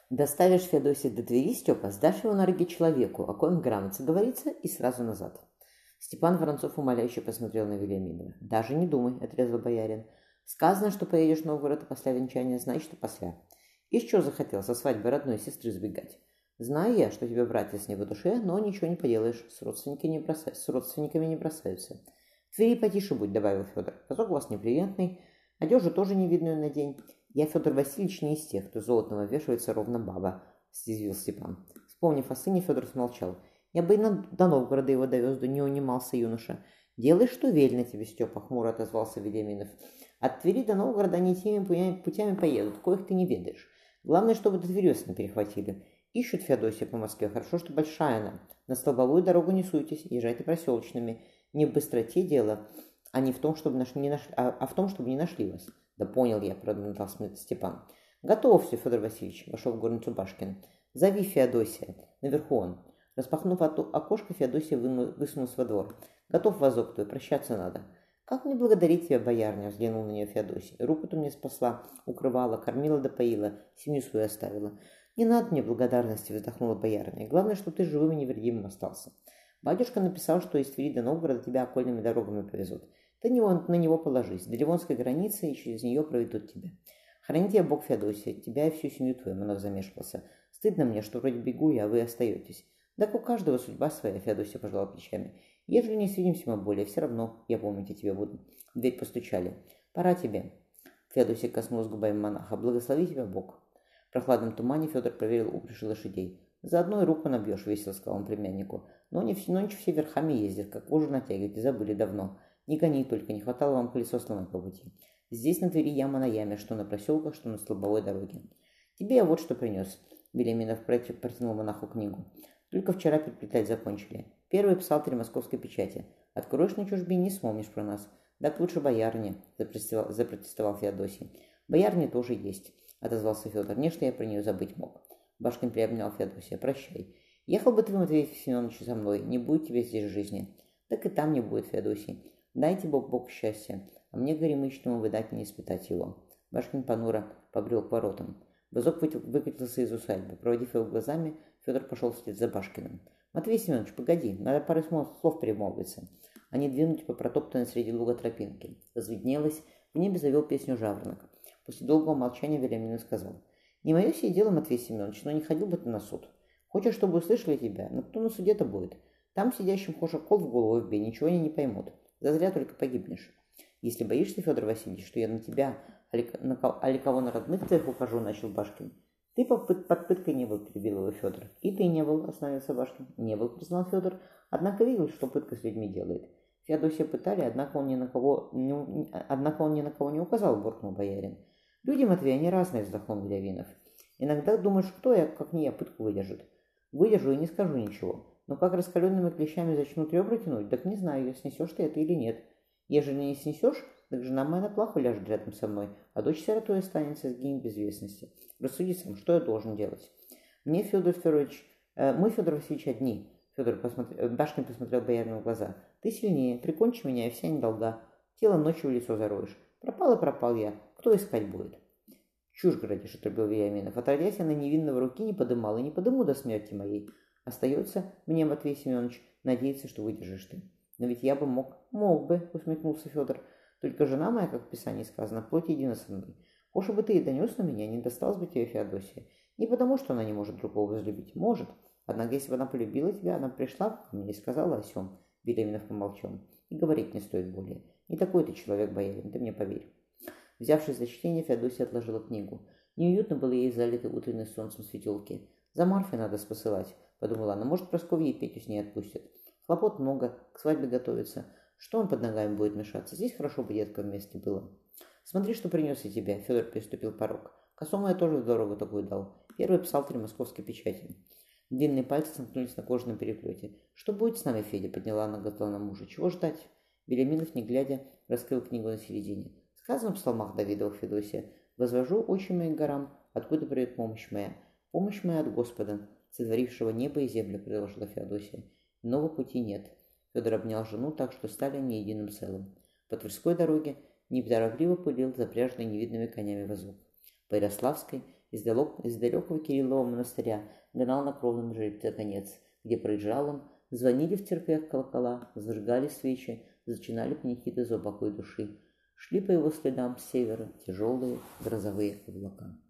Доставишь Феодосия до Твери, Степа, сдашь его на руки человеку, о коем грамоте говорится, и сразу назад. Степан Воронцов умоляюще посмотрел на Вильяминова. «Даже не думай», — отрезал боярин. «Сказано, что поедешь в Новгород после венчания, значит, и после. И что захотел со свадьбы родной сестры сбегать? Знаю я, что тебе братец не по душе, но ничего не поделаешь, с родственниками не бросаются. В Твери потише будь», — добавил Федор. «Казок у вас неприятный, одежу тоже невидную надень. Я, Федор Васильевич, не из тех, кто золотного вешается ровно баба», — съязвил Степан. Вспомнив о сыне, Федор смолчал. «Я бы и до Новгорода его довез, да не унимался юноша». «Делай, что велено тебе, Степа», — хмуро отозвался Вильяминов. «От Твери до Новгорода они теми путями поедут, коих ты не ведаешь. Главное, чтобы до Тверёс не перехватили. Ищут Феодосия по Москве, хорошо, что большая она. На столбовую дорогу не суйтесь, езжайте проселочными. Не в быстроте дело, а не в том, чтобы в том, чтобы не нашли вас». «Да понял я», — пробормотал Степан. «Готов все, Федор Васильевич», — вошел в горницу Башкин. «Зови Феодосия. Наверху он». Распахнув окошко, Феодосия высунулась во двор. «Готов возок твой, прощаться надо». «Как мне благодарить тебя, боярня?» — взглянул на нее Феодосия. «Руку ты мне спасла, укрывала, кормила да поила, семью свою оставила». «Не надо мне благодарности», — вздохнула боярня. «Главное, что ты живым и невредимым остался. Батюшка написал, что из Твери до Новгорода тебя окольными дорогами повезут. Ты на него положись, до Ливонской границы и через нее проведут тебя. Храни тебя Бог, Феодосия, тебя и всю семью твою», — монах замешкался. «Стыдно мне, что вроде бегу я, а вы остаетесь». «Так у каждого судьба своя», — Феодосия пожала плечами. «Ежели не свидимся мы более, все равно я помнить о тебе буду». В дверь постучали. «Пора тебе». Феодосия коснулась губами монаха. «Благослови тебя Бог». В прохладном тумане Федор проверил упряжи лошадей. «Заодно и руку набьешь», — весело сказал он племяннику. «Но не все верхами ездят, как кожу натягивать, забыли давно. Не гони только, не хватало вам колесо сломать по пути. Здесь на Твери яма на яме, что на проселках, что на столбовой дороге». «Тебе я вот что принес». Белеминов протянул монаху книгу. «Только вчера переплетать закончили. Первый псалтырь московской печати. Откроешь на чужбине, не вспомнишь про нас. Так лучше боярне», — запротестовал Феодосий. «Боярне тоже есть», — отозвался Федор. «Нечто я про нее забыть мог». Башкин приобнял Феодосия. «Прощай. Ехал бы ты, Матвей Семенович, со мной, не будет тебе здесь жизни». «Так и там не будет, Феодосий. Дайте Бог счастья, а мне горемычному выдать не испытать его». Башкин понуро побрел к воротам. Вазок выкатился из усадьбы. Проводив его глазами, Федор пошел вслед за Башкиным. «Матвей Семенович, погоди, надо пару слов перемолвиться». Они двинулись по протоптанной среди луга тропинке. Разведнелось, в небе завел песню жаворонок. После долгого молчания Вильяминов сказал: «Не мое сие дело, Матвей Семенович, но не ходил бы ты на суд. Хочешь, чтобы услышали тебя, но кто на суде-то будет? Там сидящим хошь кол в голову вбей, ничего они не поймут. Зазря только погибнешь. Если боишься, Федор Васильевич, что я на тебя, али кого на родных твоих укажу», — начал Башкин. «Ты под пыткой не был», — перебил его Федор. «И ты не был», — остановился Башкин. «Не был», — признал Федор, однако видел, что пытка с людьми делает. «Феодосия пытали, однако он ни на кого не указал», — буркнул боярин. «Люди, Матвей, они разные», — вздохнул Вильяминов. «Иногда думаешь, кто я, как не я, пытку выдержит. Выдержу и не скажу ничего. Но как раскаленными клещами начнут ребра тянуть, так не знаю, снесешь ты это или нет. Ежели не снесешь, так жена моя на плаху ляжет рядом со мной, а дочь сиротой останется, сгинет без вестности. Рассуди сам, что я должен делать?» «Мы, Федор Васильевич, одни». Башкин посмотрел боярину в глаза. «Ты сильнее, прикончи меня, и вся недолга. Тело ночью в лицо зароешь. Пропал и пропал я. Кто искать будет?» «Чушь городишь», — отрубил Вильяминов. «Отродясь, я на невинного руки не подымал и не подыму до смерти моей. Остается мне, Матвей Семенович, надеяться, что выдержишь ты». «Но ведь я бы мог». «Мог бы», — усмехнулся Федор. «Только жена моя, как в Писании сказано, плоть едина со мной. Хошь бы ты и донес на меня, не досталось бы тебе Феодосия. Не потому, что она не может другого возлюбить. Может. Однако, если бы она полюбила тебя, она пришла ко мне и сказала о сём». Вильяминов помолчал. «И говорить не стоит более. Не такой ты человек, боярин, ты мне поверь». Взявшись за чтение, Феодосия отложила книгу. Неуютно было ей залитой утренней солнцем светелки. «За Марфой надо спосылать», — подумала она. «Может, Прасковья и Петю с ней отпустят. Хлопот много, к свадьбе готовится. Что он под ногами будет мешаться? Здесь хорошо бы детка вместе было». «Смотри, что принес я тебе», — Федор переступил порог. «Косому я тоже дорогу такую дал. Первый псалтырь московской печати». Длинные пальцы сомкнулись на кожаном переплете. «Что будет с нами, Федя?» — подняла она глаза на мужа. «Чего ждать?» Вильяминов, не глядя, раскрыл книгу на середине. «Сказано в псалмах Давидовых, Федосия: возвожу очи мои к горам, откуда придет помощь моя. Помощь моя от Господа, сотворившего небо и землю», — предложила Феодосия. «Иного пути нет». Федор обнял жену так, что стали они единым целым. По Тверской дороге неторопливо пылил запряженный невидными конями вазок. По Ярославской Из далекого Кириллова монастыря гнал на кровном жеребце конец, где проезжал он, звонили в церквях колокола, зажигали свечи, зачинали панихиды за упокой души. Шли по его следам с севера тяжелые грозовые облака.